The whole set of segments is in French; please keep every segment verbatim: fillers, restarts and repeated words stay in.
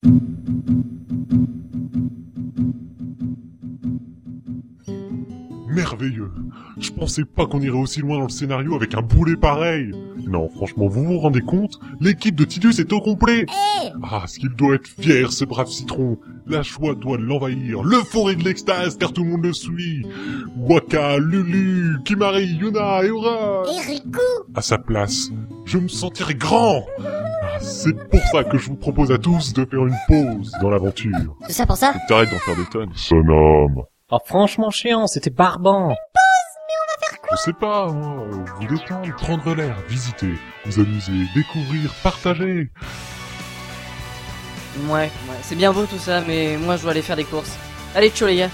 Merveilleux. Je pensais pas qu'on irait aussi loin dans le scénario avec un boulet pareil. Non, franchement, vous vous rendez compte? L'équipe de Tidus est au complet. Hey, Ah, ce qu'il doit être fier, ce brave citron. La joie doit l'envahir. Le forêt de l'extase, car tout le monde le suit. Waka, Lulu, Kimari, Yuna et Aura. et Riku. À sa place, je me sentirai grand. Ah, c'est pour ça que je vous propose à tous de faire une pause dans l'aventure. Tout ça pour ça? T'arrêtes d'en faire des tonnes. Son homme. Oh, franchement chiant, c'était barbant. Je sais pas, moi, euh, vous détendre, prendre l'air, visiter, vous amuser, découvrir, partager. Ouais, ouais, c'est bien beau tout ça, mais moi je dois aller faire des courses. Allez, tchou les gars.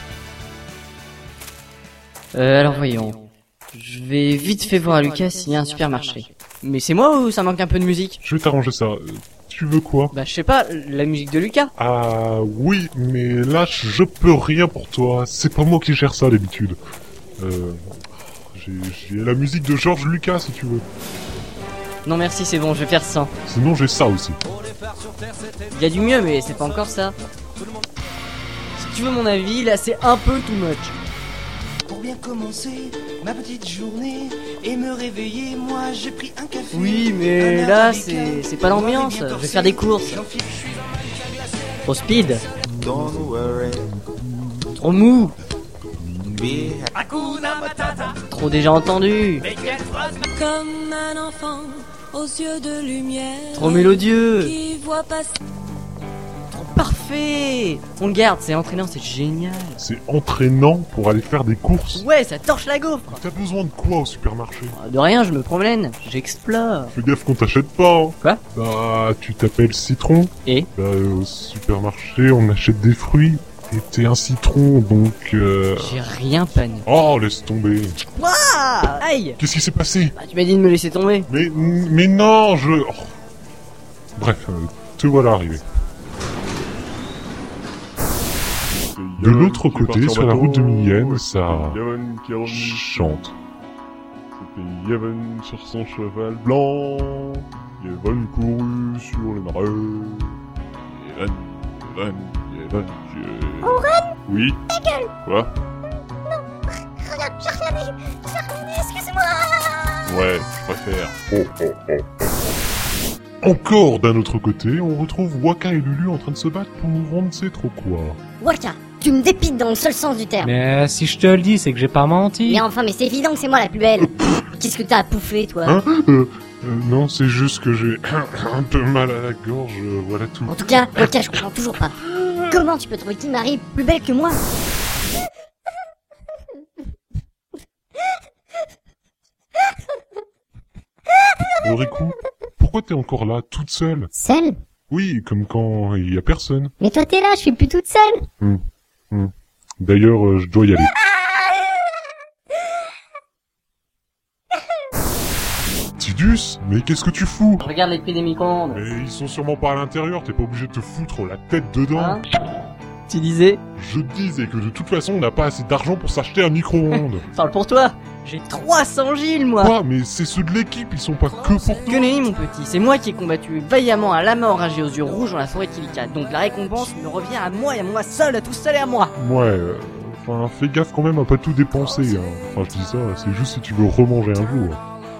Euh, alors voyons. Je vais vite fait voir à Lucas s'il y a un supermarché. Mais c'est moi ou ça manque un peu de musique? Je vais t'arranger ça. Euh, Tu veux quoi? Bah je sais pas, la musique de Lucas. Ah oui, mais là je peux rien pour toi. C'est pas moi qui gère ça d'habitude. Euh, j'ai, j'ai la musique de George Lucas si tu veux. Non merci, c'est bon, je vais faire sans. Sinon j'ai ça aussi. Il y a du mieux, mais c'est pas encore ça. Si tu veux mon avis, là c'est un peu too much. Pour bien commencer ma petite journée et me réveiller, moi j'ai pris un café. Oui, mais là c'est c'est pas l'ambiance. Je vais faire des courses. Trop speed. Don't worry, Trop mou. be Trop déjà entendu. Comme un enfant aux yeux de lumière Trop mélodieux. qui voit passer. Trop parfait. On le garde, c'est entraînant, c'est génial. C'est entraînant pour aller faire des courses. Ouais, ça torche la gaufre. T'as besoin de quoi au supermarché? De rien, je me promène, j'explore. Fais gaffe qu'on t'achète pas. Hein. Quoi? Bah tu t'appelles Citron. Et Bah euh, au supermarché on achète des fruits. Et t'es un citron donc euh... j'ai rien pané. Oh laisse tomber. Ah, aïe. Qu'est-ce qui s'est passé? Bah, tu m'as dit de me laisser tomber. Mais, mais non, je... oh. Bref, euh, te voilà arrivé. De l'autre côté, sur la route de Millienne, ça... Yavan qui est revenu. chante. C'était Yavan sur son cheval blanc. Yavan couru sur les marais. Yavan, Yavan, Yavan, Yavan. Oren, Oui. ta gueule. Quoi? Regarde, j'ai rien dit. J'ai rien dit, excuse-moi. Ouais, je préfère. Oh, oh, oh. Encore d'un autre côté, on retrouve Waka et Lulu en train de se battre pour on ne sait trop quoi. Waka, tu me dépites dans le seul sens du terme. Mais si je te le dis, c'est que j'ai pas menti. Mais enfin, mais c'est évident que c'est moi la plus belle. Qu'est-ce que t'as à pouffer, toi? Hein euh, euh, Non, c'est juste que j'ai un peu mal à la gorge, euh, voilà tout. En tout cas, Waka, je comprends toujours pas. Comment tu peux trouver Kimari plus belle que moi? Euh, Riku, pourquoi t'es encore là, toute seule? Seule? Oui, comme quand il y a personne. Mais toi t'es là, je suis plus toute seule. D'ailleurs, euh, je dois y aller. Tidus, mais qu'est-ce que tu fous? Regarde les prix des micro-ondes. Mais ils sont sûrement pas à l'intérieur, t'es pas obligé de te foutre la tête dedans. Hein? Tu disais? Je disais que de toute façon, on n'a pas assez d'argent pour s'acheter un micro-ondes. Parle pour toi. J'ai trois cents Gilles, moi. Quoi? Mais c'est ceux de l'équipe, ils sont pas que pour toi. Que nenni, mon petit. C'est moi qui ai combattu vaillamment à la mort enragé aux yeux rouges dans la forêt de Kilika. Donc la récompense me revient à moi et à moi seul, à tout seul et à moi. Ouais, euh, enfin, fais gaffe quand même à pas tout dépenser. Hein. Enfin, je dis ça, c'est juste si tu veux remanger un jour.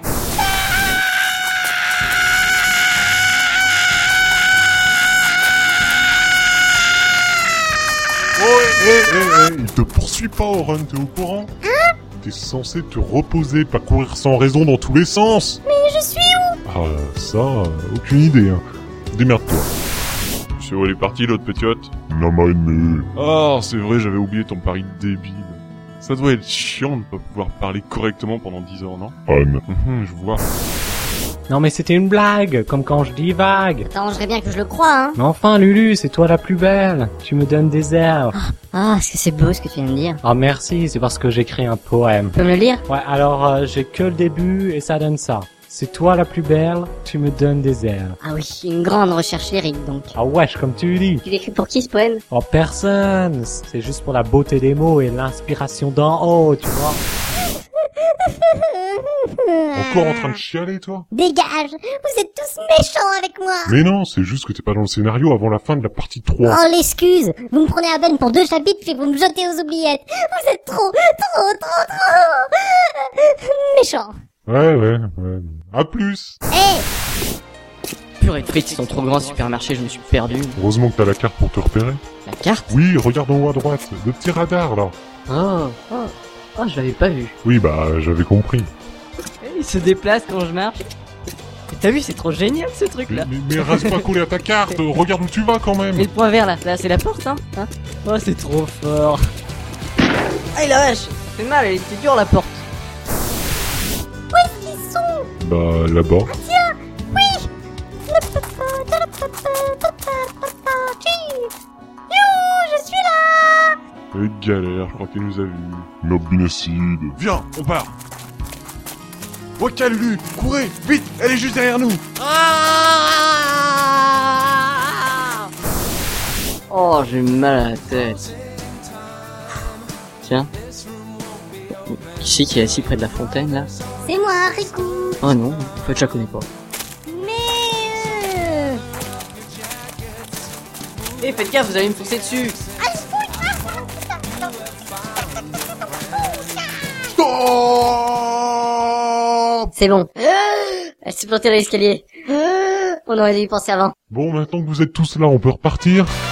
Oh, hé, hé, hé, il te poursuit pas, Oren, t'es au courant? Hein? T'es censé te reposer, pas courir sans raison dans tous les sens. Mais je suis où? Ah, ça, euh, aucune idée, hein. Démerde-toi. C'est où elle est partie, l'autre petite? Non, mais... Ah, c'est vrai, j'avais oublié ton pari débile. Ça doit être chiant de pas pouvoir parler correctement pendant dix heures, non? Anne. Mhm, je vois. Non mais c'était une blague, comme quand je dis vague. T'arrangerais bien que je le croie, hein. Mais enfin Lulu, c'est toi la plus belle. Tu me donnes des airs. Ah, est-ce que c'est beau ce que tu viens de dire? Ah merci, c'est parce que j'écris un poème. Tu peux me le lire? Ouais, alors euh, j'ai que le début et ça donne ça. C'est toi la plus belle, tu me donnes des airs. Ah oui, une grande recherche lyrique donc. Ah wesh, comme tu dis. Tu l'écris pour qui ce poème? Oh personne, c'est juste pour la beauté des mots et l'inspiration d'en haut, tu vois. Encore en train de chialer, toi? Dégage. Vous êtes tous méchants avec moi. Mais non, c'est juste que t'es pas dans le scénario avant la fin de la partie trois. Oh, l'excuse. Vous me prenez à Ben pour deux chapitres puis vous me jetez aux oubliettes. Vous êtes trop, trop, trop, trop méchants. Ouais, ouais, ouais. À plus. Eh, Purée de frites, ils sont trop grands, supermarché, je me suis perdu. Heureusement que t'as la carte pour te repérer. La carte? Oui, regarde en haut à droite, le petit radar, là. Oh, oh, oh, je l'avais pas vu. Oui, bah, j'avais compris. Il se déplace quand je marche. Et t'as vu, c'est trop génial ce truc Mais, là. mais, mais reste pas collé à ta carte, regarde où tu vas quand même. Et le point vert là, là c'est la porte hein, hein. Oh c'est trop fort. Ah la vache, ça fait mal, elle était dure la porte. Bah, là-bas. je suis là. Elle galère, je crois qu'elle nous a vus. Nobinacide. Viens, on part. Waka, Lulu, courez, vite, elle est juste derrière nous. Oh j'ai mal à la tête. Tiens. Qui c'est qui est assis près de la fontaine là? C'est moi, Riku. Oh non, en fait je la connais pas. Mais... Euh... Eh faites gaffe, vous allez me foncer dessus. C'est bon. Elle s'est plantée dans l'escalier. On aurait dû y penser avant. Bon, maintenant que vous êtes tous là, on peut repartir.